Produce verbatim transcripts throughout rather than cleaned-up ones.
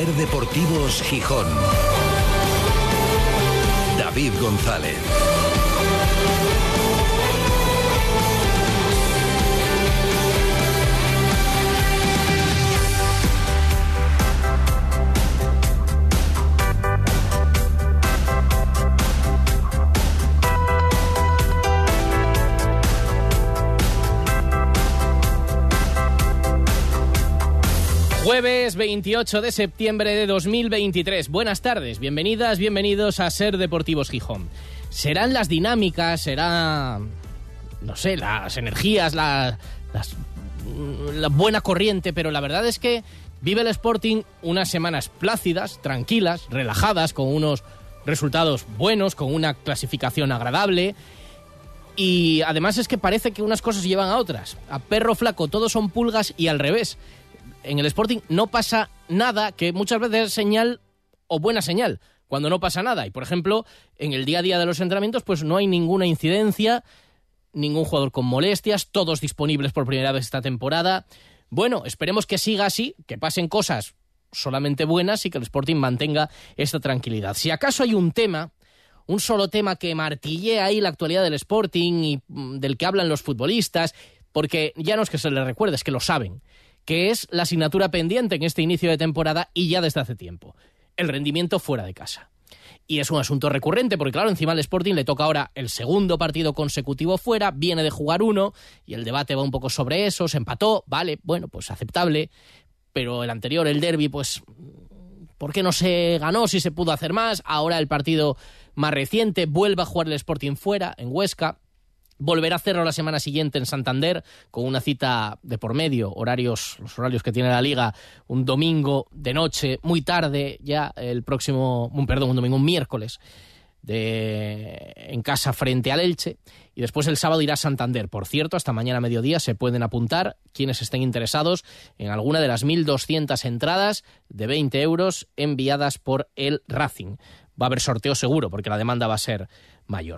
Ser Deportivos Gijón. David González. Jueves veintiocho de septiembre de dos mil veintitrés. Buenas tardes, bienvenidas, bienvenidos a Ser Deportivos Gijón. Serán las dinámicas, será, no sé, las energías, la, las, la buena corriente, pero la verdad es que vive el Sporting unas semanas plácidas, tranquilas, relajadas, con unos resultados buenos, con una clasificación agradable. Y además es que parece que unas cosas llevan a otras. A perro flaco todos son pulgas y al revés. En el Sporting no pasa nada, que muchas veces es señal o buena señal, cuando no pasa nada. Y, por ejemplo, en el día a día de los entrenamientos, pues no hay ninguna incidencia, ningún jugador con molestias, todos disponibles por primera vez esta temporada. Bueno, esperemos que siga así, que pasen cosas solamente buenas y que el Sporting mantenga esta tranquilidad. Si acaso hay un tema, un solo tema que martillea ahí la actualidad del Sporting y del que hablan los futbolistas, porque ya no es que se les recuerde, es que lo saben, que es la asignatura pendiente en este inicio de temporada y ya desde hace tiempo, el rendimiento fuera de casa. Y es un asunto recurrente porque, claro, encima al Sporting le toca ahora el segundo partido consecutivo fuera, viene de jugar uno y el debate va un poco sobre eso, se empató, vale, bueno, pues aceptable, pero el anterior, el derbi, pues ¿por qué no se ganó si se pudo hacer más? Ahora el partido más reciente, vuelve a jugar el Sporting fuera, en Huesca. Volverá a hacerlo la semana siguiente en Santander con una cita de por medio, horarios, los horarios que tiene la Liga, un domingo de noche, muy tarde, ya el próximo, un, perdón, un domingo, un miércoles, de, en casa frente al Elche, y después el sábado irá a Santander. Por cierto, hasta mañana a mediodía se pueden apuntar quienes estén interesados en alguna de las mil doscientas entradas de veinte euros enviadas por el Racing. Va a haber sorteo seguro porque la demanda va a ser mayor.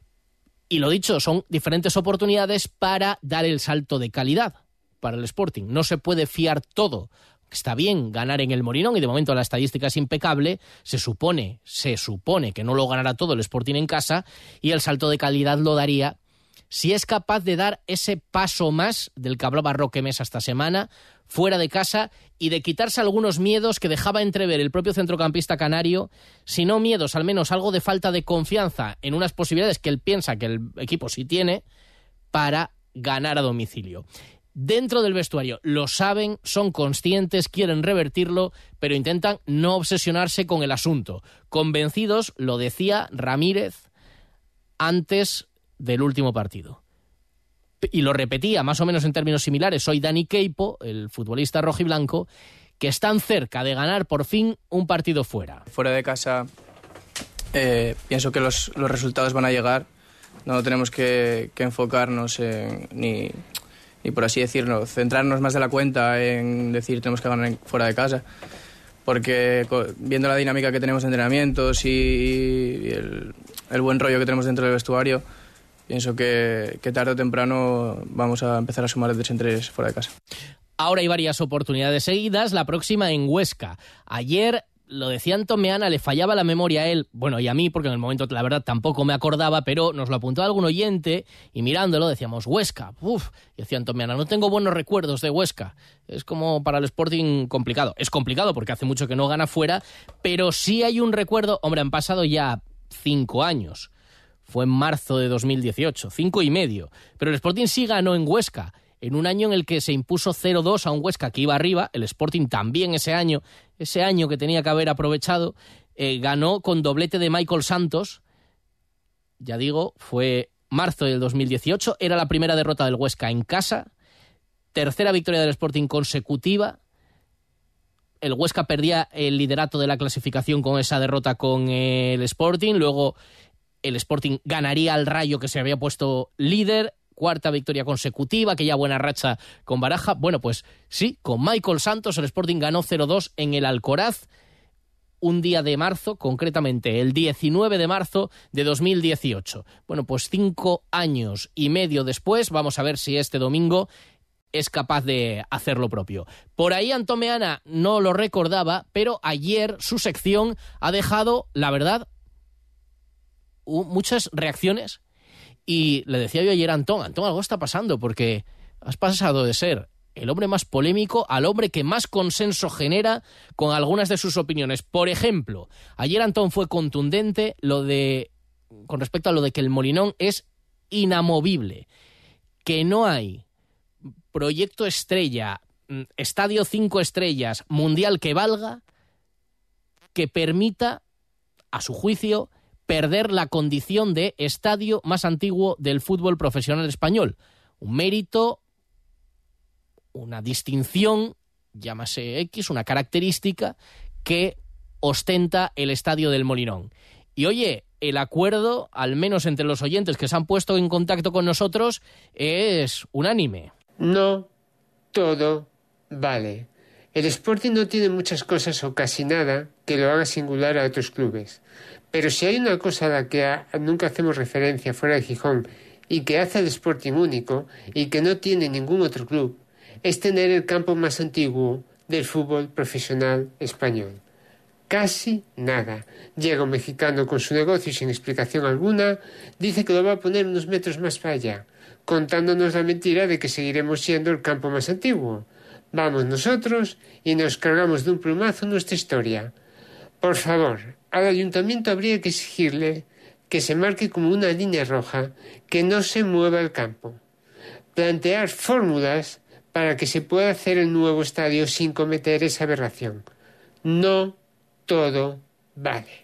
Y lo dicho, son diferentes oportunidades para dar el salto de calidad para el Sporting. No se puede fiar todo. Está bien ganar en el Molinón y de momento la estadística es impecable. Se supone, se supone que no lo ganará todo el Sporting en casa y el salto de calidad lo daría si es capaz de dar ese paso más del que hablaba Roque Mesa esta semana, fuera de casa, y de quitarse algunos miedos que dejaba entrever el propio centrocampista canario, si no miedos, al menos algo de falta de confianza en unas posibilidades que él piensa que el equipo sí tiene para ganar a domicilio. Dentro del vestuario lo saben, son conscientes, quieren revertirlo, pero intentan no obsesionarse con el asunto. Convencidos, lo decía Ramírez antes del último partido. Y lo repetía más o menos en términos similares hoy Dani Queipo, el futbolista rojiblanco, que están cerca de ganar por fin un partido fuera. Fuera de casa eh, pienso que los, los resultados van a llegar. No tenemos que, que enfocarnos en, ni, ni por así decirlo, centrarnos más de la cuenta en decir tenemos que ganar fuera de casa. Porque viendo la dinámica que tenemos de entrenamientos y, y el, el buen rollo que tenemos dentro del vestuario, pienso que, que tarde o temprano vamos a empezar a sumar de tres en tres fuera de casa. Ahora hay varias oportunidades seguidas, la próxima en Huesca. Ayer, lo decía Antón Meana, le fallaba la memoria a él, bueno, y a mí, porque en el momento la verdad tampoco me acordaba, pero nos lo apuntó algún oyente y mirándolo decíamos Huesca, uff, y decía Antón Meana, no tengo buenos recuerdos de Huesca. Es como para el Sporting complicado. Es complicado porque hace mucho que no gana fuera, pero sí hay un recuerdo, hombre, han pasado ya cinco años. Fue en marzo de dos mil dieciocho, cinco y medio. Pero el Sporting sí ganó en Huesca, en un año en el que se impuso cero dos a un Huesca que iba arriba. El Sporting también ese año, ese año que tenía que haber aprovechado, eh, ganó con doblete de Michael Santos. Ya digo, fue marzo del dos mil dieciocho, era la primera derrota del Huesca en casa, tercera victoria del Sporting consecutiva. El Huesca perdía el liderato de la clasificación con esa derrota con el Sporting, luego el Sporting ganaría al Rayo que se había puesto líder, cuarta victoria consecutiva, aquella buena racha con Baraja. Bueno, pues sí, con Michael Santos el Sporting ganó cero dos en el Alcoraz, un día de marzo, concretamente el diecinueve de marzo de dos mil dieciocho. Bueno, pues cinco años y medio después, vamos a ver si este domingo es capaz de hacer lo propio. Por ahí Antón Meana no lo recordaba, pero ayer su sección ha dejado, la verdad, muchas reacciones. Y le decía yo ayer a Antón, Antón, algo está pasando, porque has pasado de ser el hombre más polémico al hombre que más consenso genera con algunas de sus opiniones. Por ejemplo, ayer Antón fue contundente lo de, con respecto a lo de que el Molinón es inamovible, que no hay proyecto estrella, estadio cinco estrellas, mundial que valga, que permita, a su juicio, perder la condición de estadio más antiguo del fútbol profesional español. Un mérito, una distinción, llámase X, una característica que ostenta el estadio del Molinón. Y oye, el acuerdo, al menos entre los oyentes que se han puesto en contacto con nosotros, es unánime. No todo vale. El Sporting no tiene muchas cosas o casi nada que lo haga singular a otros clubes. Pero si hay una cosa a la que a, a nunca hacemos referencia fuera de Gijón y que hace al Sporting único y que no tiene ningún otro club, es tener el campo más antiguo del fútbol profesional español. Casi nada. Llega un mexicano con su negocio y sin explicación alguna, dice que lo va a poner unos metros más para allá, contándonos la mentira de que seguiremos siendo el campo más antiguo. Vamos nosotros y nos cargamos de un plumazo nuestra historia. Por favor, al ayuntamiento habría que exigirle que se marque como una línea roja que no se mueva el campo. Plantear fórmulas para que se pueda hacer el nuevo estadio sin cometer esa aberración. No todo vale.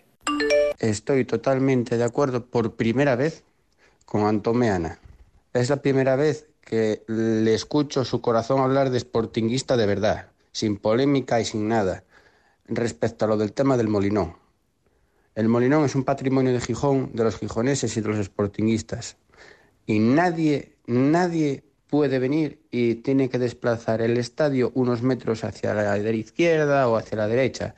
Estoy totalmente de acuerdo por primera vez con Antón Meana. Es la primera vez que le escucho su corazón hablar de sportinguista de verdad, sin polémica y sin nada, respecto a lo del tema del Molinón. El Molinón es un patrimonio de Gijón, de los gijoneses y de los sportinguistas. Y nadie, nadie puede venir y tiene que desplazar el estadio unos metros hacia la izquierda o hacia la derecha,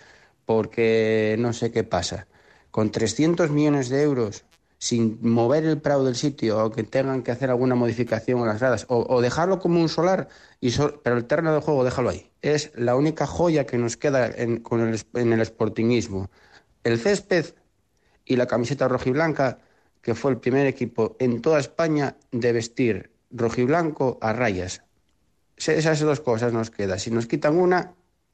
porque no sé qué pasa. Con trescientos millones de euros, sin mover el prado del sitio, o que tengan que hacer alguna modificación en las gradas, o, o dejarlo como un solar, y so, pero el terreno de juego déjalo ahí. Es la única joya que nos queda en, con el, en el sportinguismo. El césped y la camiseta rojiblanca, que fue el primer equipo en toda España de vestir rojiblanco a rayas. Esas dos cosas nos quedan. Si nos quitan una,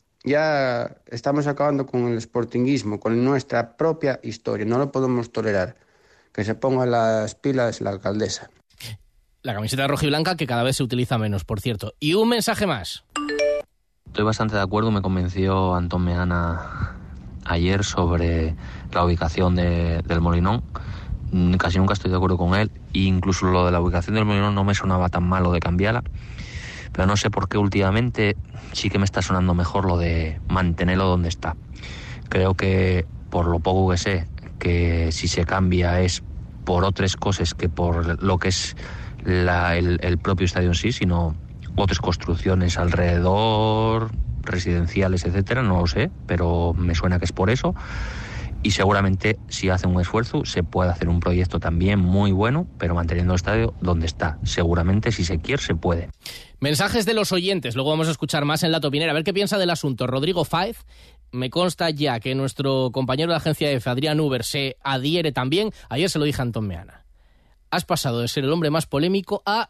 ya estamos acabando con el sportinguismo, con nuestra propia historia. No lo podemos tolerar. Que se ponga las pilas la alcaldesa. La camiseta rojiblanca que cada vez se utiliza menos, por cierto. Y un mensaje más. Estoy bastante de acuerdo, me convenció Antón Meana ayer sobre la ubicación de, del Molinón. Casi nunca estoy de acuerdo con él, e incluso lo de la ubicación del Molinón no me sonaba tan malo de cambiarla, pero no sé por qué últimamente sí que me está sonando mejor lo de mantenerlo donde está. Creo que, por lo poco que sé, que si se cambia es por otras cosas que por lo que es la, el, el propio estadio en sí, sino otras construcciones alrededor, residenciales, etcétera, no lo sé, pero me suena que es por eso. Y seguramente si hace un esfuerzo se puede hacer un proyecto también muy bueno, pero manteniendo el estadio donde está. Seguramente si se quiere se puede. Mensajes de los oyentes, luego vamos a escuchar más en La Topinera, a ver qué piensa del asunto. Rodrigo Fáez, me consta ya que nuestro compañero de la agencia F, Adrián Uber, se adhiere también. Ayer se lo dije a Antón Meana. Has pasado de ser el hombre más polémico a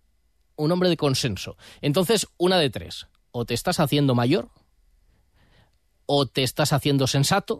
un hombre de consenso. Entonces, una de tres. O te estás haciendo mayor, o te estás haciendo sensato,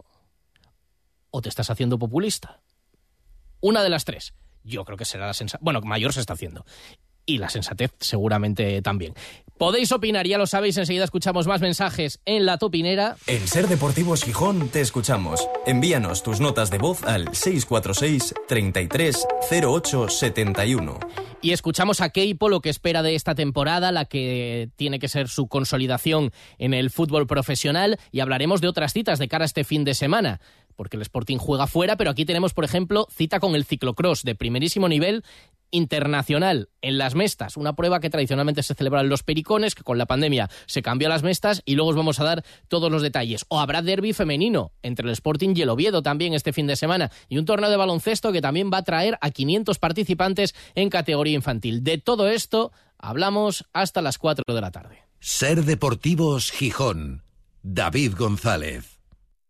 o te estás haciendo populista. Una de las tres. Yo creo que será la sensatez. Bueno, mayor se está haciendo. Y la sensatez seguramente también. Podéis opinar, ya lo sabéis, enseguida escuchamos más mensajes en La Topinera. En Ser Deportivos Gijón te escuchamos. Envíanos tus notas de voz al seis cuatro seis, treinta y tres, cero ocho setenta y uno. Y escuchamos a Keipo lo que espera de esta temporada, la que tiene que ser su consolidación en el fútbol profesional, y hablaremos de otras citas de cara a este fin de semana, porque el Sporting juega fuera, pero aquí tenemos, por ejemplo, cita con el ciclocross de primerísimo nivel internacional en Las Mestas, una prueba que tradicionalmente se celebra en Los Pericones, que con la pandemia se cambió a Las Mestas, y luego os vamos a dar todos los detalles. O habrá derbi femenino entre el Sporting y el Oviedo también este fin de semana, y un torneo de baloncesto que también va a traer a quinientos participantes en categoría infantil. De todo esto Hablamos hasta las cuatro de la tarde. Ser Deportivos Gijón. David González.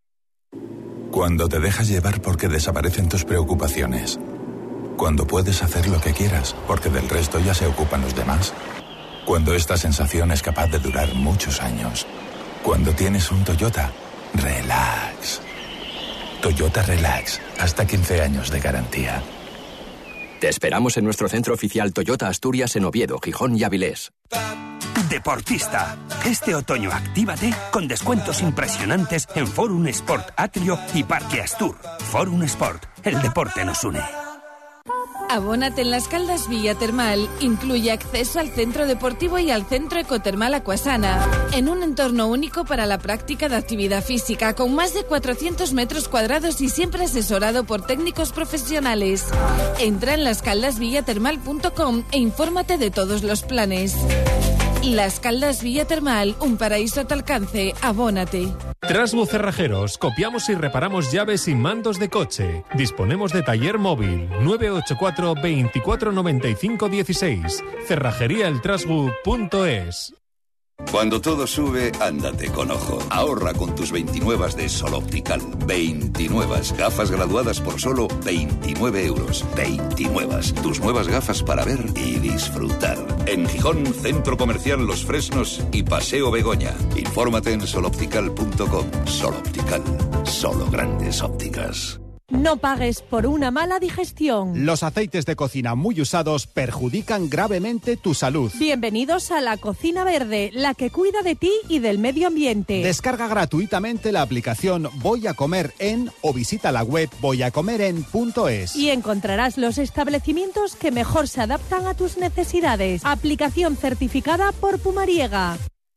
Cuando te dejas llevar porque desaparecen tus preocupaciones. Cuando puedes hacer lo que quieras porque del resto ya se ocupan los demás. Cuando esta sensación es capaz de durar muchos años. Cuando tienes un Toyota, relax. Toyota Relax, hasta quince años de garantía. Te esperamos en nuestro centro oficial Toyota Asturias en Oviedo, Gijón y Avilés. Deportista, este otoño actívate con descuentos impresionantes en Forum Sport Atrio y Parque Astur. Forum Sport, el deporte nos une. Abónate en Las Caldas Villa Termal. Incluye acceso al centro deportivo y al centro ecotermal Aquasana, en un entorno único para la práctica de actividad física, con más de cuatrocientos metros cuadrados y siempre asesorado por técnicos profesionales. Entra en las caldas villa termal punto com e infórmate de todos los planes. Las Caldas Villa Termal, un paraíso a tu alcance. Abónate. Trasbu Cerrajeros, copiamos y reparamos llaves y mandos de coche. Disponemos de taller móvil nueve ocho cuatro, veinticuatro noventa y cinco dieciséis. cerrajería el trasbu punto es. Cuando todo sube, ándate con ojo. Ahorra con tus veintinuevas de Sol Optical. veintinuevas. Gafas graduadas por solo veintinueve euros. veintinuevas. Tus nuevas gafas para ver y disfrutar. En Gijón, Centro Comercial Los Fresnos y Paseo Begoña. Infórmate en sol optical punto com. Sol Optical. Solo grandes ópticas. No pagues por una mala digestión. Los aceites de cocina muy usados perjudican gravemente tu salud. Bienvenidos a la Cocina Verde, la que cuida de ti y del medio ambiente. Descarga gratuitamente la aplicación Voy a Comer En o visita la web voy a comer en punto es. Y encontrarás los establecimientos que mejor se adaptan a tus necesidades. Aplicación certificada por Pumariega.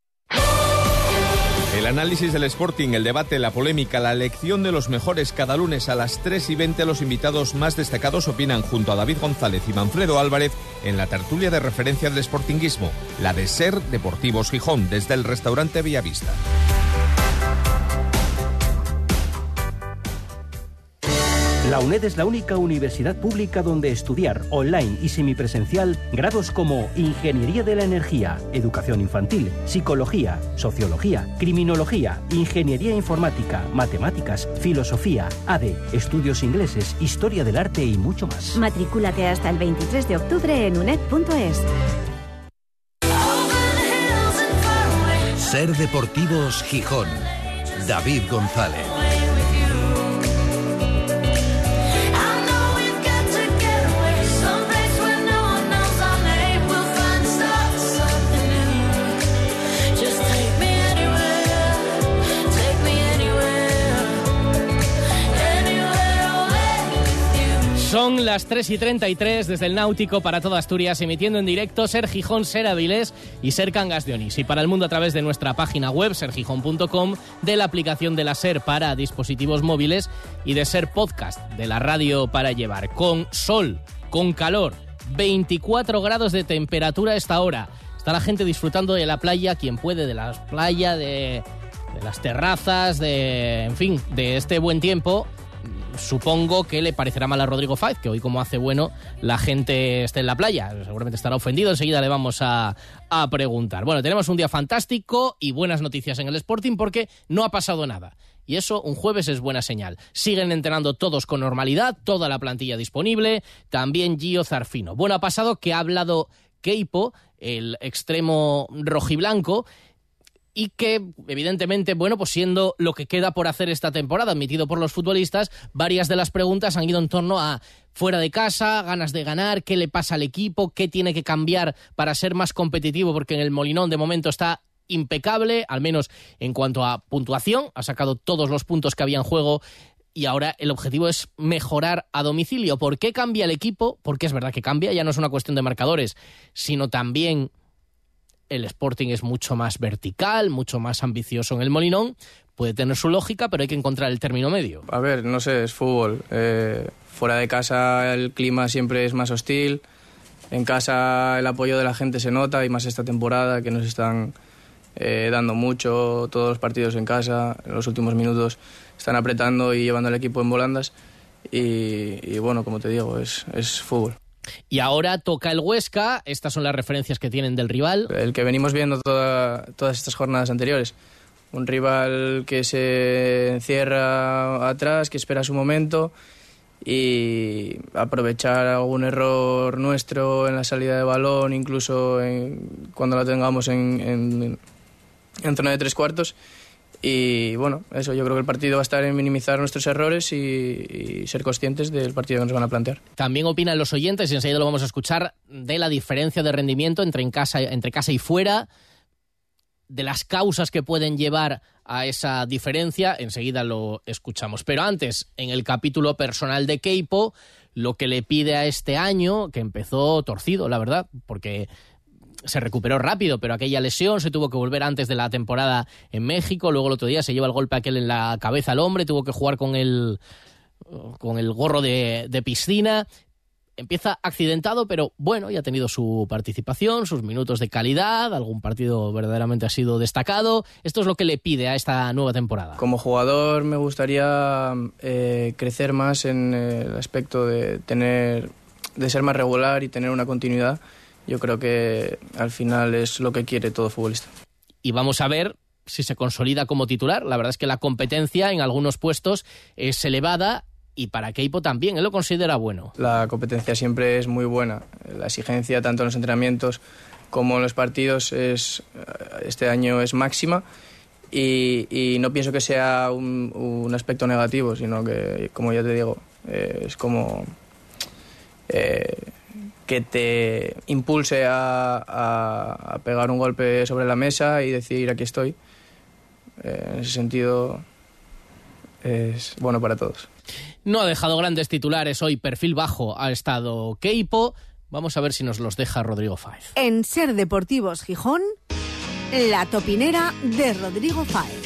El análisis del Sporting, el debate, la polémica, la elección de los mejores cada lunes a las tres y veinte los invitados más destacados opinan junto a David González y Manfredo Álvarez en la tertulia de referencia del sportinguismo, la de Ser Deportivos Gijón, desde el restaurante Bellavista. La UNED es la única universidad pública donde estudiar online y semipresencial grados como Ingeniería de la Energía, Educación Infantil, Psicología, Sociología, Criminología, Ingeniería Informática, Matemáticas, Filosofía, A D E, Estudios Ingleses, Historia del Arte y mucho más. Matrículate hasta el veintitrés de octubre en uned punto es. Ser Deportivos Gijón. David González. Son las tres y treinta y tres desde el Náutico para toda Asturias, emitiendo en directo Ser Gijón, Ser Avilés y Ser Cangas de Onís. Y para el mundo a través de nuestra página web, ser gijón punto com, de la aplicación de la Ser para dispositivos móviles y de Ser Podcast, de la radio para llevar. Con sol, con calor, veinticuatro grados de temperatura a esta hora. Está la gente disfrutando de la playa, quien puede, de la playa, de, de las terrazas, de, en fin, de este buen tiempo. Supongo que le parecerá mal a Rodrigo Fáez, que hoy, como hace bueno, la gente esté en la playa. Seguramente estará ofendido, enseguida le vamos a, a preguntar. Bueno, tenemos un día fantástico y buenas noticias en el Sporting porque no ha pasado nada. Y eso, un jueves, es buena señal. Siguen entrenando todos con normalidad, toda la plantilla disponible, también Gio Zarfino. Bueno, ha pasado que ha hablado Queipo, el extremo rojiblanco, y que, evidentemente, bueno, pues siendo lo que queda por hacer esta temporada, admitido por los futbolistas, varias de las preguntas han ido en torno a fuera de casa, ganas de ganar, qué le pasa al equipo, qué tiene que cambiar para ser más competitivo, porque en el Molinón de momento está impecable, al menos en cuanto a puntuación, ha sacado todos los puntos que había en juego y ahora el objetivo es mejorar a domicilio. ¿Por qué cambia el equipo? Porque es verdad que cambia, ya no es una cuestión de marcadores, sino también el Sporting es mucho más vertical, mucho más ambicioso en el Molinón. Puede tener su lógica, pero hay que encontrar el término medio. A ver, no sé, es fútbol. Eh, fuera de casa el clima siempre es más hostil. En casa el apoyo de la gente se nota, y más esta temporada que nos están eh, dando mucho. Todos los partidos en casa, en los últimos minutos, están apretando y llevando al equipo en volandas. Y, y bueno, como te digo, es, es fútbol. Y ahora toca el Huesca, estas son las referencias que tienen del rival. El que venimos viendo toda, todas estas jornadas anteriores. Un rival que se encierra atrás, que espera su momento y aprovechar algún error nuestro en la salida de balón, incluso en, cuando la tengamos en, en, en zona de tres cuartos. Y bueno, eso, yo creo que el partido va a estar en minimizar nuestros errores y, y ser conscientes del partido que nos van a plantear. También opinan los oyentes, y enseguida lo vamos a escuchar, de la diferencia de rendimiento entre, en casa, entre casa y fuera, de las causas que pueden llevar a esa diferencia, enseguida lo escuchamos. Pero antes, en el capítulo personal de Queipo, lo que le pide a este año, que empezó torcido, la verdad, porque se recuperó rápido, pero aquella lesión se tuvo que volver antes de la temporada en México, luego el otro día se lleva el golpe aquel en la cabeza al hombre, tuvo que jugar con el, con el gorro de, de piscina. Empieza accidentado, pero bueno, ya ha tenido su participación, sus minutos de calidad, algún partido verdaderamente ha sido destacado. Esto es lo que le pide a esta nueva temporada. Como jugador me gustaría eh, crecer más en el aspecto de tener, de ser más regular y tener una continuidad. Yo creo que al final es lo que quiere todo futbolista. Y vamos a ver si se consolida como titular. La verdad es que la competencia en algunos puestos es elevada. Y para Queipo también, él lo considera bueno. La competencia siempre es muy buena. La exigencia, tanto en los entrenamientos como en los partidos, es, este año es máxima. Y, y no pienso que sea un, un aspecto negativo, sino que, como ya te digo, eh, es como eh, que te impulse a, a, a pegar un golpe sobre la mesa y decir aquí estoy. Eh, en ese sentido es bueno para todos. No ha dejado grandes titulares hoy, perfil bajo ha estado Queipo. Vamos a ver si nos los deja Rodrigo Fáez. En Ser Deportivos Gijón, la topinera de Rodrigo Fáez.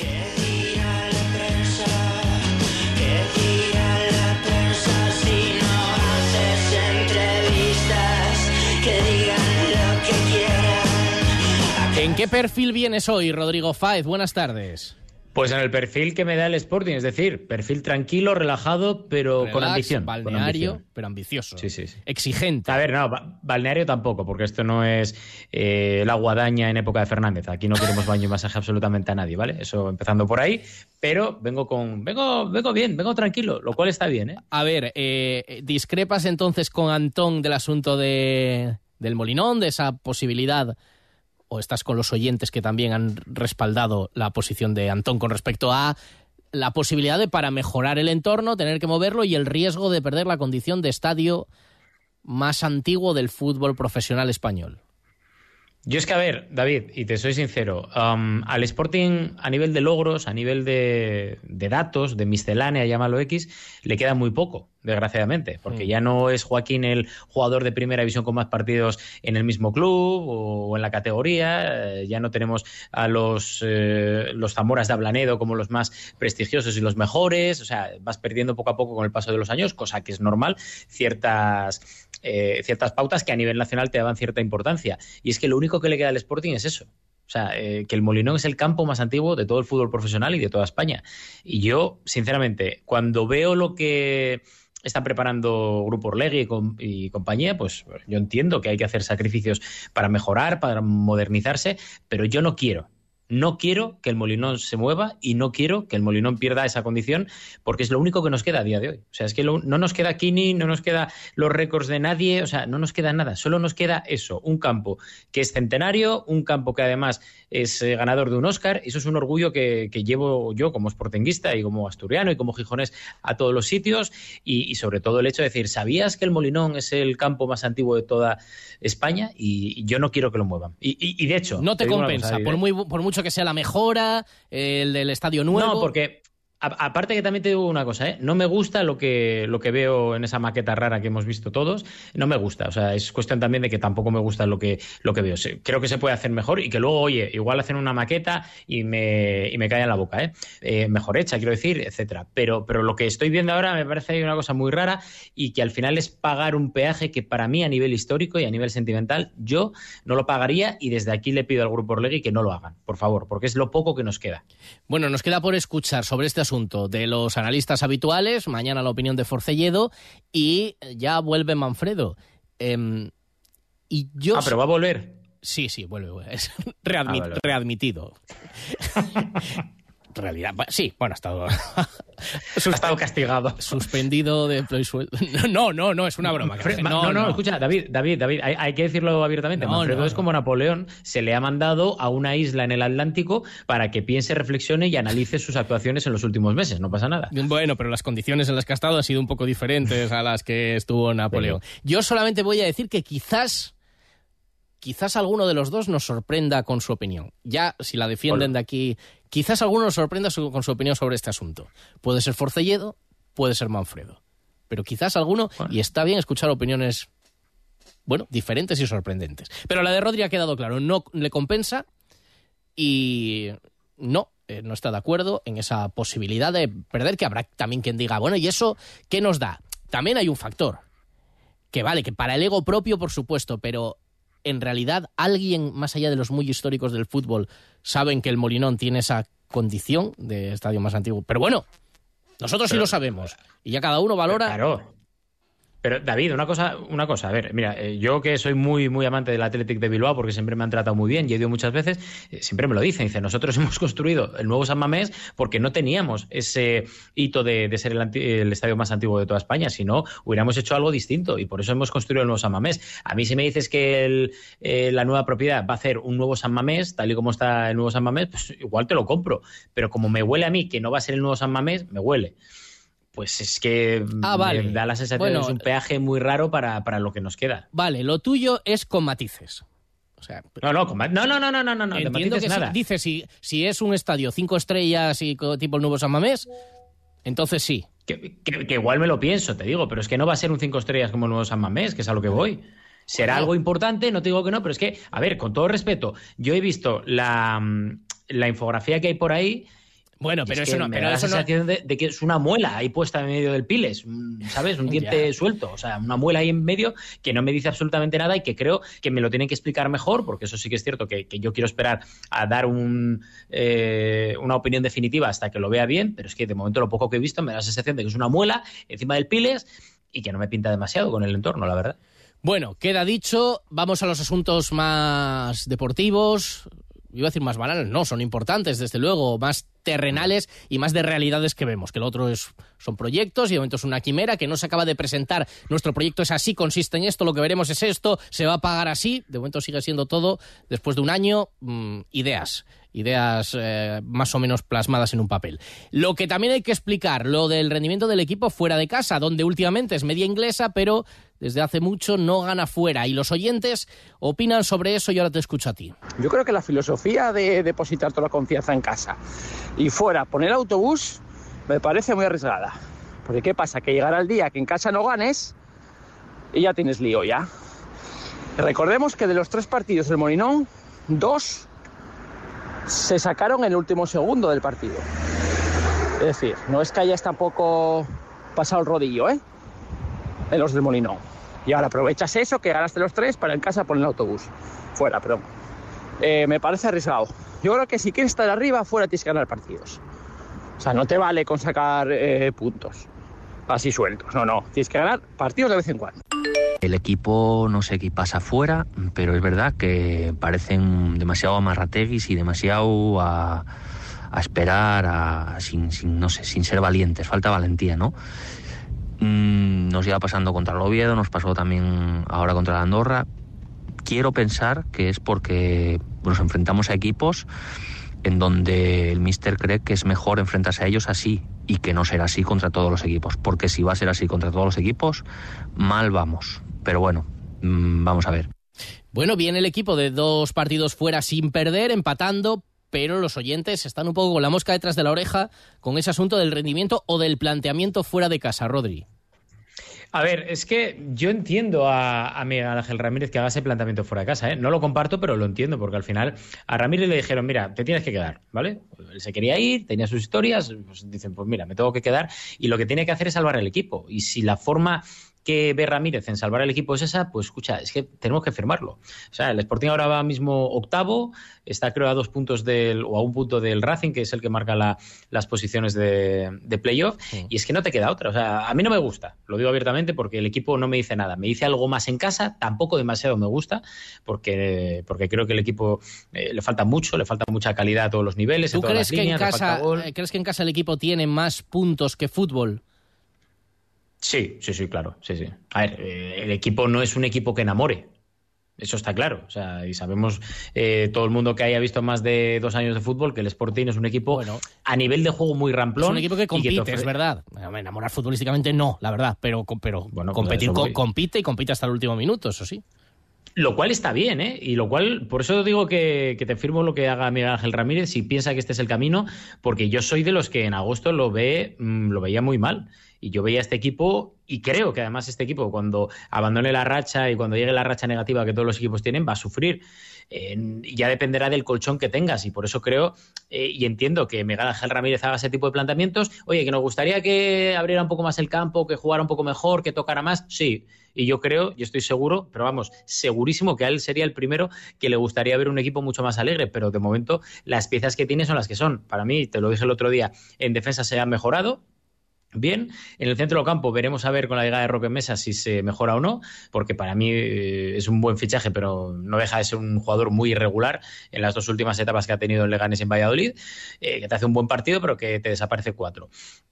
¿En qué perfil vienes hoy, Rodrigo Fáez? Buenas tardes. Pues en el perfil que me da el Sporting, es decir, perfil tranquilo, relajado, pero Relax, con ambición. Balneario, con ambición. pero ambicioso. Sí, sí, sí. Exigente. A ver, no, balneario tampoco, porque esto no es eh, la guadaña en época de Fernández. Aquí no queremos baño y masaje absolutamente a nadie, ¿vale? Eso empezando por ahí, pero vengo con vengo vengo bien, vengo tranquilo, lo cual está bien, ¿eh? A ver, eh, ¿discrepas entonces con Antón del asunto de del Molinón, de esa posibilidad? ¿O estás con los oyentes que también han respaldado la posición de Antón con respecto a la posibilidad de, para mejorar el entorno, tener que moverlo y el riesgo de perder la condición de estadio más antiguo del fútbol profesional español? Yo es que, a ver, David, y te soy sincero, um, al Sporting a nivel de logros, a nivel de, de datos, de miscelánea, llámalo X, le queda muy poco, desgraciadamente, porque mm. ya no es Joaquín el jugador de primera división con más partidos en el mismo club o en la categoría, eh, ya no tenemos a los, eh, los Zamoras de Ablanedo como los más prestigiosos y los mejores, o sea, vas perdiendo poco a poco con el paso de los años, cosa que es normal, ciertas, eh, ciertas pautas que a nivel nacional te daban cierta importancia, y es que lo único que le queda al Sporting es eso. O sea, eh, que el Molinón es el campo más antiguo de todo el fútbol profesional y de toda España. Y yo, sinceramente, cuando veo lo que están preparando Grupo Orlegui y, com- y compañía, pues yo entiendo que hay que hacer sacrificios para mejorar, para modernizarse, pero yo no quiero. No quiero que el Molinón se mueva y no quiero que el Molinón pierda esa condición, porque es lo único que nos queda a día de hoy. O sea, es que lo, no nos queda Kini, no nos queda los récords de nadie, o sea, no nos queda nada. Solo nos queda eso, un campo que es centenario, un campo que además es eh, ganador de un Oscar. Eso es un orgullo que, que llevo yo como sportinguista y como asturiano y como gijonés a todos los sitios. Y, y sobre todo el hecho de decir, ¿sabías que el Molinón es el campo más antiguo de toda España? Y, y yo no quiero que lo muevan. Y, y, y de hecho... No te, te compensa, cosa, por, muy, por mucho que sea la mejora, el del estadio nuevo. No, porque a, aparte que también te digo una cosa, ¿eh? No me gusta lo que, lo que veo en esa maqueta rara que hemos visto todos, no me gusta, o sea, es cuestión también de que tampoco me gusta lo que, lo que veo. Creo que se puede hacer mejor y que luego, oye, igual hacen una maqueta y me, y me cae en la boca, ¿eh? Eh, mejor hecha, quiero decir, etcétera. Pero, pero lo que estoy viendo ahora me parece una cosa muy rara y que al final es pagar un peaje que para mí a nivel histórico y a nivel sentimental yo no lo pagaría, y desde aquí le pido al Grupo Orlegui que no lo hagan, por favor, porque es lo poco que nos queda. Bueno, nos queda por escuchar sobre este asunto de los analistas habituales, mañana la opinión de Forcelledo y ya vuelve Manfredo. Eh, y yo... Ah, pero va a volver. Sí, sí, vuelve. Es readmit, ah, vale. readmitido. Realidad, sí, bueno, ha estado... ha estado castigado. Suspendido de empleo y sueldo. No, no, no, es una broma. No, no, no, no, escucha, David, David, David, hay, hay que decirlo abiertamente. No, Manfredo no, es como Napoleón, se le ha mandado a una isla en el Atlántico para que piense, reflexione y analice sus actuaciones en los últimos meses, no pasa nada. Bueno, pero las condiciones en las que ha estado han sido un poco diferentes a las que estuvo Napoleón. Sí. Yo solamente voy a decir que quizás... Quizás alguno de los dos nos sorprenda con su opinión. Ya, si la defienden Hola. de aquí, quizás alguno nos sorprenda su, con su opinión sobre este asunto. Puede ser Forcelledo, puede ser Manfredo. Pero quizás alguno, bueno. y está bien escuchar opiniones, bueno, diferentes y sorprendentes. Pero la de Rodri ha quedado claro, no le compensa y no, eh, no está de acuerdo en esa posibilidad de perder, que habrá también quien diga, bueno, ¿y eso qué nos da? También hay un factor, que vale, que para el ego propio, por supuesto, pero... En realidad, alguien más allá de los muy históricos del fútbol saben que el Molinón tiene esa condición de estadio más antiguo. Pero bueno, nosotros pero, sí lo sabemos. Y ya cada uno valora... Claro. Pero, David, una cosa, una cosa, a ver, mira, eh, yo que soy muy, muy amante del Athletic de Bilbao, porque siempre me han tratado muy bien y he ido muchas veces, eh, siempre me lo dicen, dice, nosotros hemos construido el nuevo San Mamés porque no teníamos ese hito de, de ser el, el estadio más antiguo de toda España, si no, hubiéramos hecho algo distinto y por eso hemos construido el nuevo San Mamés. A mí si me dices que el, eh, la nueva propiedad va a hacer un nuevo San Mamés, tal y como está el nuevo San Mamés, pues igual te lo compro, pero como me huele a mí que no va a ser el nuevo San Mamés, me huele. Pues es que ah, vale. me da la sensación bueno, de que es un peaje muy raro para, para lo que nos queda. Vale, lo tuyo es con matices. O sea, no, no, con, no, no, no, no, no, no, entiendo de matices que nada. Si, dice, si, si es un estadio cinco estrellas y tipo el nuevo San Mamés, entonces sí. Que, que, que igual me lo pienso, te digo, pero es que no va a ser un cinco estrellas como el nuevo San Mamés, que es a lo que voy. Será algo importante, no te digo que no, pero es que, a ver, con todo respeto, yo he visto la, la infografía que hay por ahí. Bueno, pero es eso que no. Me pero da la eso sensación no... de, de que es una muela ahí puesta en medio del piles, ¿sabes? Un diente suelto, o sea, una muela ahí en medio que no me dice absolutamente nada y que creo que me lo tienen que explicar mejor, porque eso sí que es cierto que, que yo quiero esperar a dar un, eh, una opinión definitiva hasta que lo vea bien, pero es que de momento lo poco que he visto me da la sensación de que es una muela encima del piles y que no me pinta demasiado con el entorno, la verdad. Bueno, queda dicho, vamos a los asuntos más deportivos. Iba a decir más banales, no, son importantes, desde luego, más terrenales y más de realidades que vemos, que lo otro es, son proyectos y de momento es una quimera que no se acaba de presentar. Nuestro proyecto es así, consiste en esto, lo que veremos es esto, se va a pagar así, de momento sigue siendo todo, después de un año, mmm, ideas, ideas eh, más o menos plasmadas en un papel. Lo que también hay que explicar, lo del rendimiento del equipo fuera de casa, donde últimamente es media inglesa, pero desde hace mucho no gana fuera. Y los oyentes opinan sobre eso y ahora te escucho a ti. Yo creo que la filosofía de depositar toda la confianza en casa y fuera poner autobús me parece muy arriesgada. Porque ¿qué pasa? Que llegará el día que en casa no ganes y ya tienes lío ya. Recordemos que de los tres partidos del Molinón, dos se sacaron en el último segundo del partido. Es decir, no es que hayas tampoco pasado el rodillo, ¿eh? En los del Molinón. Y ahora aprovechas eso, que ganaste los tres, para en casa poner el autobús. Fuera, perdón. Eh, me parece arriesgado. Yo creo que si quieres estar arriba, fuera tienes que ganar partidos. O sea, no te vale con sacar eh, puntos así sueltos. No, no. Tienes que ganar partidos de vez en cuando. El equipo no sé qué pasa afuera, pero es verdad que parecen demasiado amarrateguis y demasiado a, a esperar, a, sin, sin, no sé, sin ser valientes. Falta valentía, ¿no? Mm, nos iba pasando contra el Oviedo, nos pasó también ahora contra la Andorra. Quiero pensar que es porque nos enfrentamos a equipos en donde el míster cree que es mejor enfrentarse a ellos así y que no será así contra todos los equipos, porque si va a ser así contra todos los equipos, mal vamos. Pero bueno, mmm, vamos a ver. Bueno, viene el equipo de dos partidos fuera sin perder, empatando, pero los oyentes están un poco con la mosca detrás de la oreja con ese asunto del rendimiento o del planteamiento fuera de casa, Rodri. A ver, es que yo entiendo a, a Miguel Ángel Ramírez que haga ese planteamiento fuera de casa, ¿eh? No lo comparto, pero lo entiendo, porque al final a Ramírez le dijeron, mira, te tienes que quedar, ¿vale? Él se quería ir, tenía sus historias, pues dicen, pues mira, me tengo que quedar, y lo que tiene que hacer es salvar el equipo. Y si la forma que ve Ramírez en salvar el equipo es esa, pues escucha, es que tenemos que firmarlo. O sea, el Sporting ahora va mismo octavo, está creo a dos puntos del, o a un punto del Racing, que es el que marca la, las posiciones de, de playoff, sí. Y es que no te queda otra. O sea, a mí no me gusta, lo digo abiertamente, porque el equipo no me dice nada. Me dice algo más en casa, tampoco demasiado me gusta, porque, porque creo que el equipo eh, le falta mucho, le falta mucha calidad a todos los niveles. ¿Tú a todas crees, las que líneas, en casa, crees que en casa el equipo tiene más puntos que fútbol? Sí, sí, sí, claro. Sí, sí. A ver, eh, el equipo no es un equipo que enamore. Eso está claro. O sea, y sabemos eh, todo el mundo que haya visto más de dos años de fútbol que el Sporting es un equipo bueno, a nivel de juego muy ramplón. Es un equipo que compite, que ofre... es verdad. Enamorar futbolísticamente no, la verdad. Pero, pero bueno, competir pues compite y compite hasta el último minuto, eso sí. Lo cual está bien, ¿eh? Y lo cual, por eso digo que, que te firmo lo que haga Miguel Ángel Ramírez si piensa que este es el camino, porque yo soy de los que en agosto lo ve, mmm, lo veía muy mal. Y yo veía este equipo, y creo que además este equipo, cuando abandone la racha y cuando llegue la racha negativa que todos los equipos tienen, va a sufrir. Eh, ya dependerá del colchón que tengas, y por eso creo eh, y entiendo que Miguel Ángel Ramírez haga ese tipo de planteamientos. Oye, que nos gustaría que abriera un poco más el campo, que jugara un poco mejor, que tocara más, sí. Y yo creo, y estoy seguro, pero vamos, segurísimo que a él sería el primero que le gustaría ver un equipo mucho más alegre, pero de momento las piezas que tiene son las que son. Para mí, te lo dije el otro día, en defensa se ha mejorado. Bien, en el centro del campo veremos a ver con la llegada de Roque Mesa si se mejora o no, porque para mí eh, es un buen fichaje, pero no deja de ser un jugador muy irregular en las dos últimas etapas que ha tenido el Leganés en Valladolid, eh, que te hace un buen partido pero que te desaparece cuatro.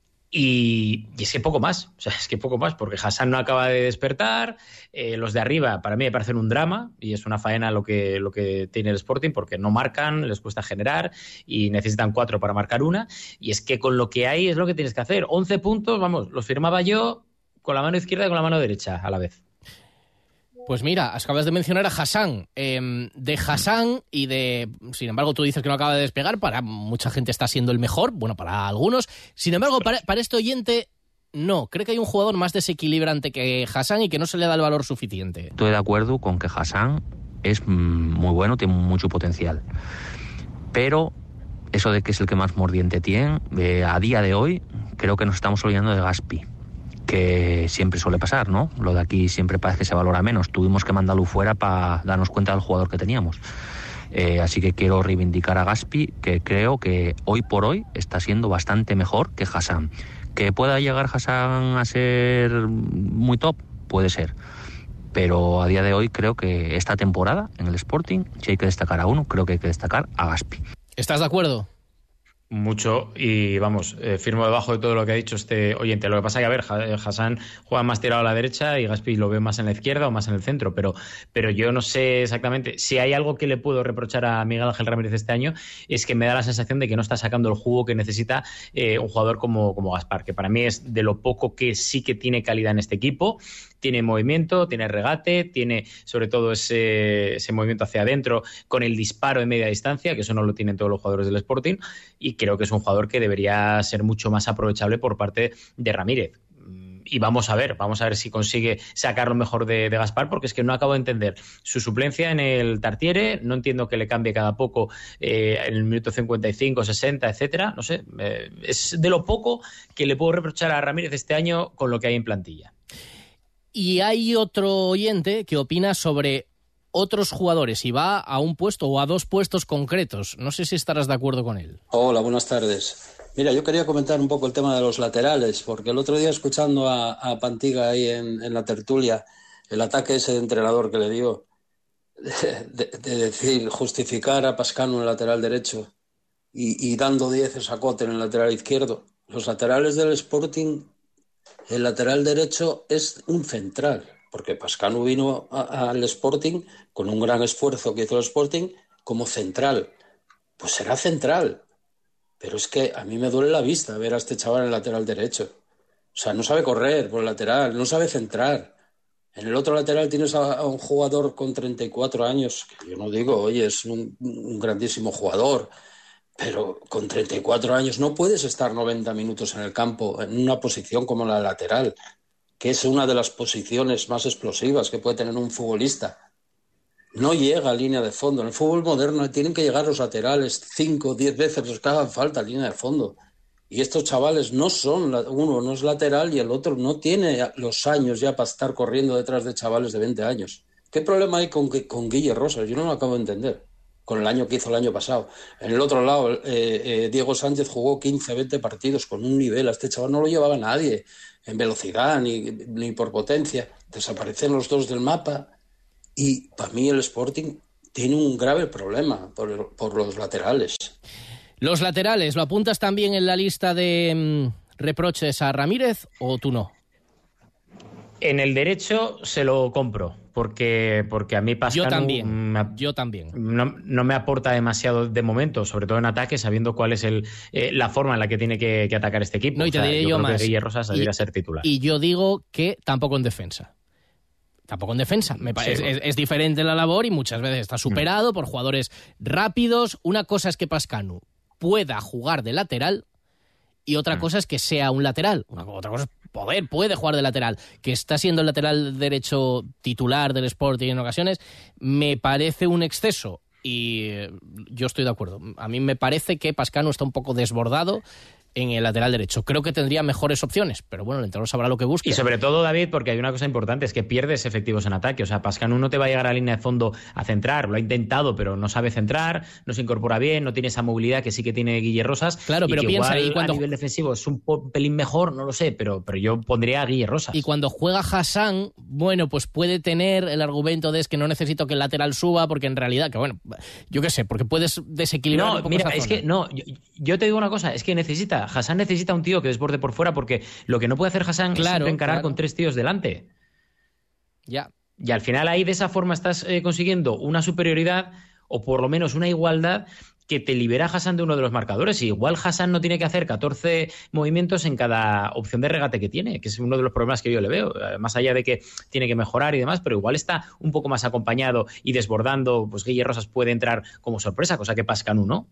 Y, y es que poco más, o sea, es que poco más, porque Hassan no acaba de despertar, eh, los de arriba para mí me parecen un drama y es una faena lo que, lo que tiene el Sporting, porque no marcan, les cuesta generar y necesitan cuatro para marcar una, y es que con lo que hay es lo que tienes que hacer. once puntos, vamos, los firmaba yo con la mano izquierda y con la mano derecha a la vez. Pues mira, acabas de mencionar a Hassan. Eh, de Hassan y de... Sin embargo, tú dices que no acaba de despegar. Para mucha gente está siendo el mejor. Bueno, para algunos. Sin embargo, para, para este oyente, no. Creo que hay un jugador más desequilibrante que Hassan y que no se le da el valor suficiente. Estoy de acuerdo con que Hassan es muy bueno, tiene mucho potencial. Pero eso de que es el que más mordiente tiene, eh, a día de hoy, creo que nos estamos olvidando de Gaspi, que siempre suele pasar, ¿no? Lo de aquí siempre parece que se valora menos. Tuvimos que mandarlo fuera para darnos cuenta del jugador que teníamos. Eh, así que quiero reivindicar a Gaspi, que creo que hoy por hoy está siendo bastante mejor que Hassan. ¿Que pueda llegar Hassan a ser muy top? Puede ser. Pero a día de hoy creo que esta temporada en el Sporting, si hay que destacar a uno, creo que hay que destacar a Gaspi. ¿Estás de acuerdo? Mucho, y vamos, eh, firmo debajo de todo lo que ha dicho este oyente. Lo que pasa es que, a ver, Hassan juega más tirado a la derecha y Gaspi lo ve más en la izquierda o más en el centro, pero, pero yo no sé exactamente. Si hay algo que le puedo reprochar a Miguel Ángel Ramírez este año, es que me da la sensación de que no está sacando el jugo que necesita eh, un jugador como, como Gaspar, que para mí es de lo poco que sí que tiene calidad en este equipo. Tiene movimiento, tiene regate, tiene sobre todo ese, ese movimiento hacia adentro con el disparo en media distancia, que eso no lo tienen todos los jugadores del Sporting, y creo que es un jugador que debería ser mucho más aprovechable por parte de Ramírez. Y vamos a ver, vamos a ver si consigue sacar lo mejor de, de Gaspar, porque es que no acabo de entender su suplencia en el Tartiere, no entiendo que le cambie cada poco eh, en el minuto cincuenta y cinco, sesenta, etcétera, no sé, eh, es de lo poco que le puedo reprochar a Ramírez este año con lo que hay en plantilla. Y hay otro oyente que opina sobre otros jugadores y va a un puesto o a dos puestos concretos. No sé si estarás de acuerdo con él. Hola, buenas tardes. Mira, yo quería comentar un poco el tema de los laterales, porque el otro día escuchando a, a Pantiga ahí en, en la tertulia, el ataque ese de entrenador que le dio, de, de, de decir, justificar a Pascano en el lateral derecho y, y dando dieces a Cote en el lateral izquierdo. Los laterales del Sporting... El lateral derecho es un central, porque Pascano vino a, al Sporting con un gran esfuerzo que hizo el Sporting como central. Pues será central, pero es que a mí me duele la vista ver a este chaval en el lateral derecho. O sea, no sabe correr por el lateral, no sabe centrar. En el otro lateral tienes a, a un jugador con treinta y cuatro años, que yo no digo, oye, es un, un grandísimo jugador, pero con treinta y cuatro años no puedes estar noventa minutos en el campo en una posición como la lateral, que es una de las posiciones más explosivas que puede tener un futbolista. No llega a línea de fondo. En el fútbol moderno tienen que llegar los laterales cinco o diez veces los que hagan falta a línea de fondo. Y estos chavales no son, uno no es lateral y el otro no tiene los años ya para estar corriendo detrás de chavales de veinte años. ¿Qué problema hay con, con Guille Rosas? Yo no lo acabo de entender. Con el año que hizo el año pasado. En el otro lado, eh, eh, Diego Sánchez jugó quince, veinte partidos con un nivel. A este chaval no lo llevaba nadie en velocidad ni, ni por potencia. Desaparecen los dos del mapa. Y para mí el Sporting tiene un grave problema por, por los laterales. Los laterales, ¿lo apuntas también en la lista de mmm, reproches a Ramírez o tú no? En el derecho se lo compro, porque, porque a mí Pascanu... Yo también, me, yo también. No, no me aporta demasiado de momento, sobre todo en ataque, sabiendo cuál es el, eh, la forma en la que tiene que, que atacar este equipo. No, y te o sea, diré yo, yo creo más. que Guille Rosas debería ser titular. Y yo digo que tampoco en defensa. Tampoco en defensa. Me parece, sí. es, es diferente la labor y muchas veces está superado mm. por jugadores rápidos. Una cosa es que Pascanu pueda jugar de lateral y otra mm. cosa es que sea un lateral. Una, otra cosa es poder, puede jugar de lateral. Que está siendo el lateral derecho titular del Sporting en ocasiones, me parece un exceso. Y yo estoy de acuerdo. A mí me parece que Pascanu está un poco desbordado en el lateral derecho. Creo que tendría mejores opciones, pero bueno, el entrenador sabrá lo que busca. Y sobre todo, David, porque hay una cosa importante, es que pierdes efectivos en ataque. O sea, Pascanu no te va a llegar a la línea de fondo a centrar. Lo ha intentado, pero no sabe centrar, no se incorpora bien, no tiene esa movilidad que sí que tiene Guille Rosas. Claro, pero piensa, igual, y cuando a nivel defensivo es un pelín mejor, no lo sé, pero, pero yo pondría a Guille Rosas. Y cuando juega Hassan, bueno, pues puede tener el argumento de es que no necesito que el lateral suba, porque en realidad, que bueno, yo qué sé, porque puedes desequilibrar no, un poco mira, esa es zona. que no, yo, yo te digo una cosa, es que necesita, Hassan necesita un tío que desborde por fuera, porque lo que no puede hacer Hassan claro, es encarar claro. con tres tíos delante. Ya. Y al final ahí de esa forma estás eh, consiguiendo una superioridad o por lo menos una igualdad que te libera a Hassan de uno de los marcadores. Y igual Hassan no tiene que hacer catorce movimientos en cada opción de regate que tiene, que es uno de los problemas que yo le veo, más allá de que tiene que mejorar y demás, pero igual está un poco más acompañado y desbordando, pues Guille Rosas puede entrar como sorpresa, cosa que Pascanu no.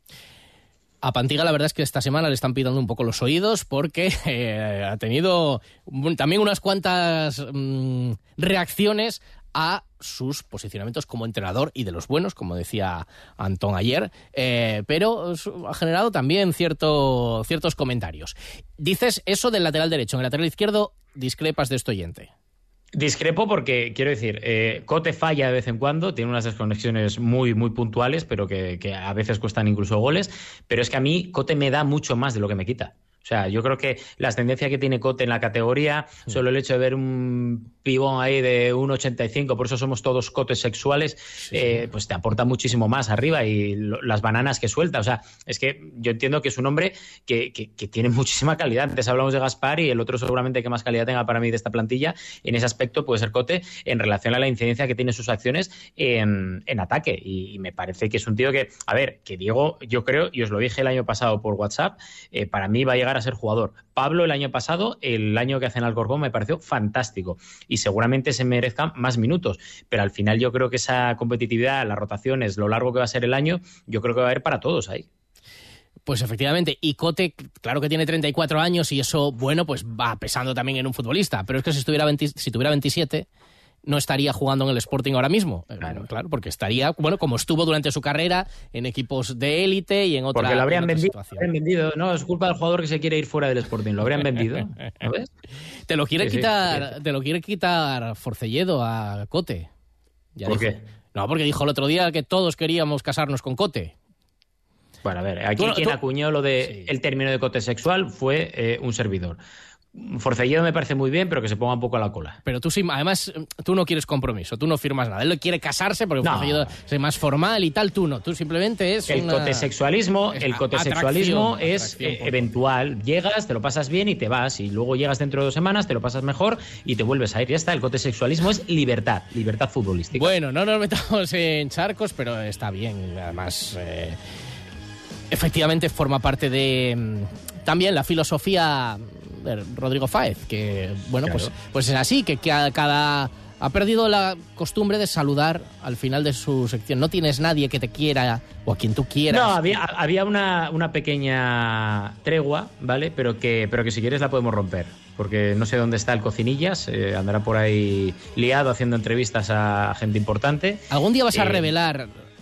A Pantiga la verdad es que esta semana le están pitando un poco los oídos porque eh, ha tenido también unas cuantas mmm, reacciones a sus posicionamientos como entrenador y de los buenos, como decía Antón ayer, eh, pero ha generado también cierto, ciertos comentarios. Dices eso del lateral derecho, en el lateral izquierdo discrepas de este oyente. Discrepo porque, quiero decir, eh, Cote falla de vez en cuando, tiene unas desconexiones muy, muy puntuales, pero que, que a veces cuestan incluso goles, pero es que a mí Cote me da mucho más de lo que me quita. O sea, yo creo que la ascendencia que tiene Cote en la categoría, sí. solo el hecho de ver un pibón ahí de uno ochenta y cinco, por eso somos todos cotes sexuales, sí. eh, pues te aporta muchísimo más arriba y lo, las bananas que suelta. O sea, es que yo entiendo que es un hombre que, que, que tiene muchísima calidad. Antes hablamos de Gaspar y el otro seguramente que más calidad tenga para mí de esta plantilla. En ese aspecto puede ser Cote en relación a la incidencia que tiene sus acciones en, en ataque. Y, y me parece que es un tío que, a ver, que Diego, yo creo, y os lo dije el año pasado por WhatsApp, eh, para mí va a llegar a ser jugador. Pablo el año pasado, el año que hace en Alcorcón, me pareció fantástico y seguramente se merezcan más minutos, pero al final yo creo que esa competitividad, las rotaciones, lo largo que va a ser el año, yo creo que va a haber para todos ahí. Pues efectivamente, y Cote, claro que tiene treinta y cuatro años y eso, bueno, pues va pesando también en un futbolista, pero es que si estuviera veinte, si tuviera veintisiete no estaría jugando en el Sporting ahora mismo. Claro, claro, porque estaría, bueno, como estuvo durante su carrera en equipos de élite y en otra, porque lo habrían, en otra vendido, lo habrían vendido. No, es culpa del jugador que se quiere ir fuera del Sporting. Lo habrían vendido. ¿No ves? Te lo quiere sí, quitar, sí, sí. te lo quiere quitar Forcelledo a Cote. Ya ¿Por dijo. qué? No, porque dijo el otro día que todos queríamos casarnos con Cote. Bueno, a ver, aquí tú, quien tú... acuñó lo de sí. el término de cote sexual fue eh, un servidor. Forcelledo me parece muy bien, pero que se ponga un poco a la cola. Pero tú sí, además, tú no quieres compromiso, tú no firmas nada. Él quiere casarse porque no. Forcelledo es más formal y tal, tú no. Tú simplemente es el una... cotesexualismo, el cotesexualismo atracción, es atracción, eh, eventual. Llegas, te lo pasas bien y te vas. Y luego llegas dentro de dos semanas, te lo pasas mejor y te vuelves a ir. Ya está, el cotesexualismo es libertad, libertad futbolística. Bueno, no nos metamos en charcos, pero está bien. Además, eh, efectivamente forma parte de también la filosofía de Rodrigo Fáez, que bueno, claro. pues, pues es así, que, que a cada ha perdido la costumbre de saludar al final de su sección. No tienes nadie que te quiera o a quien tú quieras. No, había, había una, una pequeña tregua, ¿vale? Pero que, pero que si quieres la podemos romper, porque no sé dónde está el Cocinillas, eh, andará por ahí liado haciendo entrevistas a gente importante. Algún día vas a eh, revelar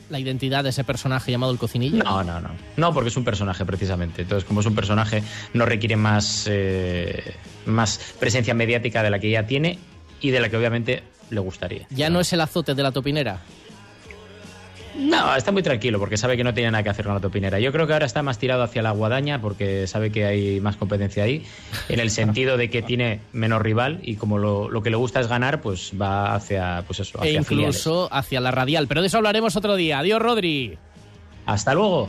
la identidad de ese personaje llamado el Cocinilla? No, no, no. No, porque es un personaje precisamente. Entonces, como es un personaje, no requiere más, eh, más presencia mediática de la que ya tiene y de la que obviamente le gustaría. ¿Ya no es el azote de la topinera? No, está muy tranquilo porque sabe que no tiene nada que hacer con la topinera. Yo creo que ahora está más tirado hacia la guadaña porque sabe que hay más competencia ahí, en el sentido de que tiene menos rival y como lo, lo que le gusta es ganar, pues va hacia, pues eso, hacia e incluso filiales. Hacia la radial. Pero de eso hablaremos otro día. Adiós, Rodri. Hasta luego.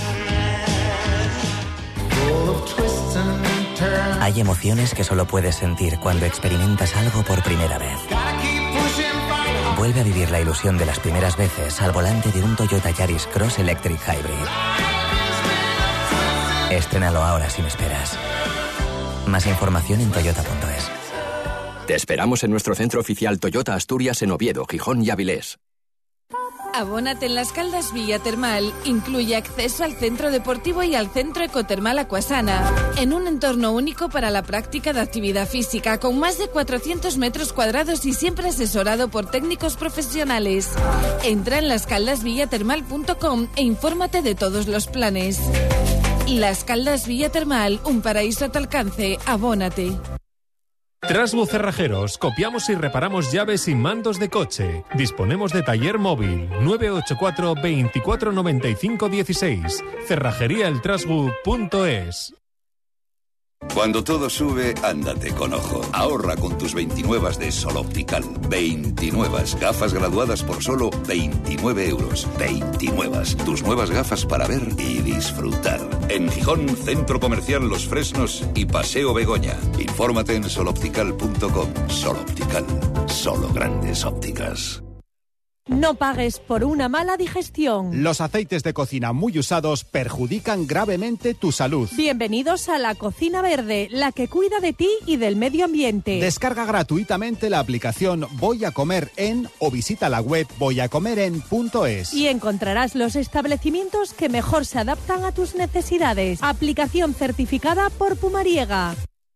Hay emociones que solo puedes sentir cuando experimentas algo por primera vez. Vuelve a vivir la ilusión de las primeras veces al volante de un Toyota Yaris Cross Electric Hybrid. Estrénalo ahora sin esperas. Más información en toyota punto es. Te esperamos en nuestro centro oficial Toyota Asturias en Oviedo, Gijón y Avilés. Abónate en Las Caldas Villa Termal. Incluye acceso al centro deportivo y al centro ecotermal Aquasana, en un entorno único para la práctica de actividad física, con más de cuatrocientos metros cuadrados y siempre asesorado por técnicos profesionales. Entra en las caldas villa termal punto com e infórmate de todos los planes. Las Caldas Villa Termal, un paraíso a tu alcance. Abónate. Trasbu Cerrajeros, copiamos y reparamos llaves y mandos de coche. Disponemos de taller móvil nueve ocho cuatro, veinticuatro noventa y cinco dieciséis. cerrajería el trasbu punto es. Cuando todo sube, ándate con ojo. Ahorra con tus veintinuevas de Sol Optical. veintinuevas gafas graduadas por solo veintinueve euros. veintinuevas. Tus nuevas gafas para ver y disfrutar. En Gijón, Centro Comercial Los Fresnos y Paseo Begoña. Infórmate en sol optical punto com. Sol Optical. Solo grandes ópticas. No pagues por una mala digestión. Los aceites de cocina muy usados perjudican gravemente tu salud. Bienvenidos a la Cocina Verde, la que cuida de ti y del medio ambiente. Descarga gratuitamente la aplicación Voy a Comer En o visita la web voy a comer en punto es. Y encontrarás los establecimientos que mejor se adaptan a tus necesidades. Aplicación certificada por Pumariega.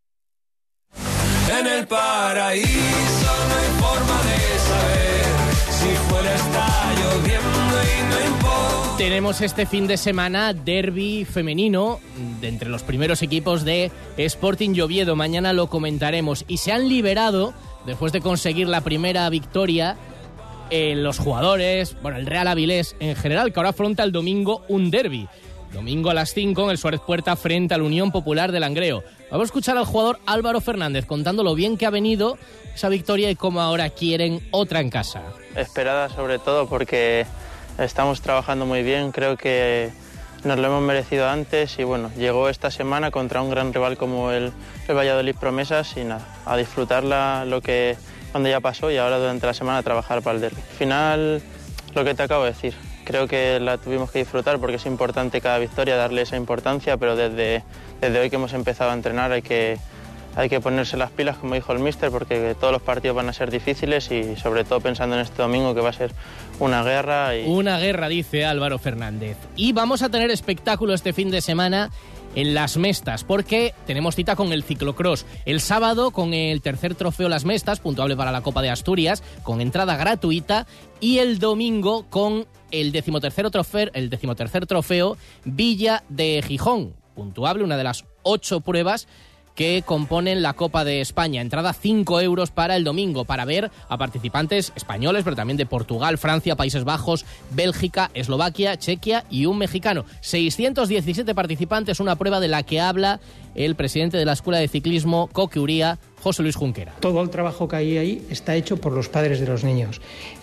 En el paraíso no hay forma de saber si fuera está lloviendo y no importa. Tenemos este fin de semana derbi femenino de entre los primeros equipos de Sporting Oviedo. Mañana lo comentaremos. Y se han liberado, después de conseguir la primera victoria, eh, los jugadores, bueno, el Real Avilés en general, que ahora afronta el domingo un derbi. Domingo a las cinco en el Suárez Puerta frente a la Unión Popular de Langreo. Vamos a escuchar al jugador Álvaro Fernández contando lo bien que ha venido esa victoria y cómo ahora quieren otra en casa. Esperada sobre todo porque estamos trabajando muy bien, creo que nos lo hemos merecido antes y bueno, llegó esta semana contra un gran rival como el, el Valladolid Promesas y nada, a disfrutarla lo que cuando ya pasó y ahora durante la semana a trabajar para el derbi. Al final, lo que te acabo de decir. Creo que la tuvimos que disfrutar porque es importante cada victoria, darle esa importancia, pero desde, desde hoy que hemos empezado a entrenar hay que, hay que ponerse las pilas, como dijo el míster, porque todos los partidos van a ser difíciles y sobre todo pensando en este domingo que va a ser una guerra. Y... Una guerra, dice Álvaro Fernández. Y vamos a tener espectáculo este fin de semana en Las Mestas, porque tenemos cita con el ciclocross. El sábado con el tercer trofeo Las Mestas, puntuable para la Copa de Asturias, con entrada gratuita, y el domingo con el decimotercer trofeo, el decimotercer trofeo Villa de Gijón, puntuable, una de las ocho pruebas que componen la Copa de España. Entrada cinco euros para el domingo, para ver a participantes españoles, pero también de Portugal, Francia, Países Bajos, Bélgica, Eslovaquia, Chequia y un mexicano. seiscientos diecisiete participantes, una prueba de la que habla el presidente de la Escuela de Ciclismo Coque Uría, José Luis Junquera. Todo el trabajo que hay ahí está hecho por los padres de los niños.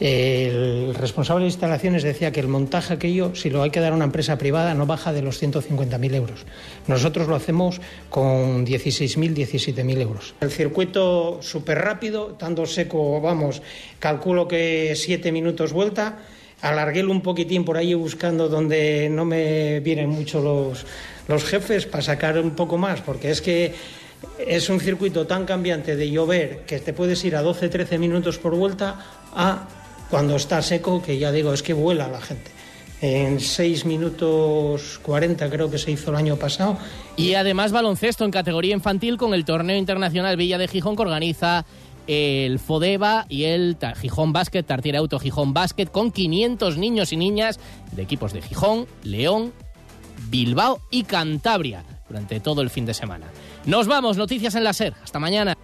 El responsable de instalaciones decía que el montaje aquello, si lo hay que dar a una empresa privada, no baja de los ciento cincuenta mil euros. Nosotros lo hacemos con dieciséis mil, diecisiete mil euros. El circuito súper rápido, tanto seco, vamos, calculo que siete minutos vuelta. Alarguélo un poquitín por ahí buscando donde no me vienen mucho los, los jefes para sacar un poco más, porque es que es un circuito tan cambiante de llover que te puedes ir a doce, trece minutos por vuelta a cuando está seco, que ya digo, es que vuela la gente. En seis minutos cuarenta creo que se hizo el año pasado. Y además baloncesto en categoría infantil con el torneo internacional Villa de Gijón que organiza el Fodeva y el Gijón Basket, Tartiere Auto Gijón Basket, con quinientos niños y niñas de equipos de Gijón, León, Bilbao y Cantabria durante todo el fin de semana. Nos vamos, noticias en la SER. Hasta mañana.